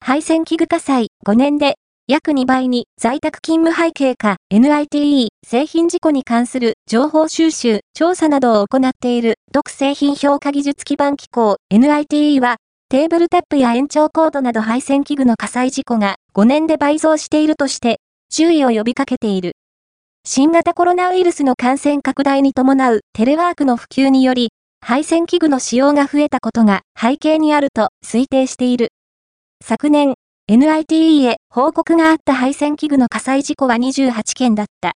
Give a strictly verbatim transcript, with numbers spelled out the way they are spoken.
配線器具火災ごねんで約にばいに在宅勤務背景か エヌアイティーイー 製品事故に関する情報収集、調査などを行っている独製品評価技術基盤機構 エヌアイティーイー はテーブルタップや延長コードなど配線器具の火災事故がごねんで倍増しているとして注意を呼びかけている。新型コロナウイルスの感染拡大に伴うテレワークの普及により配線器具の使用が増えたことが背景にあると推定している。昨年、エヌアイティーイー へ報告があった配線器具の火災事故はにじゅうはちけんだった。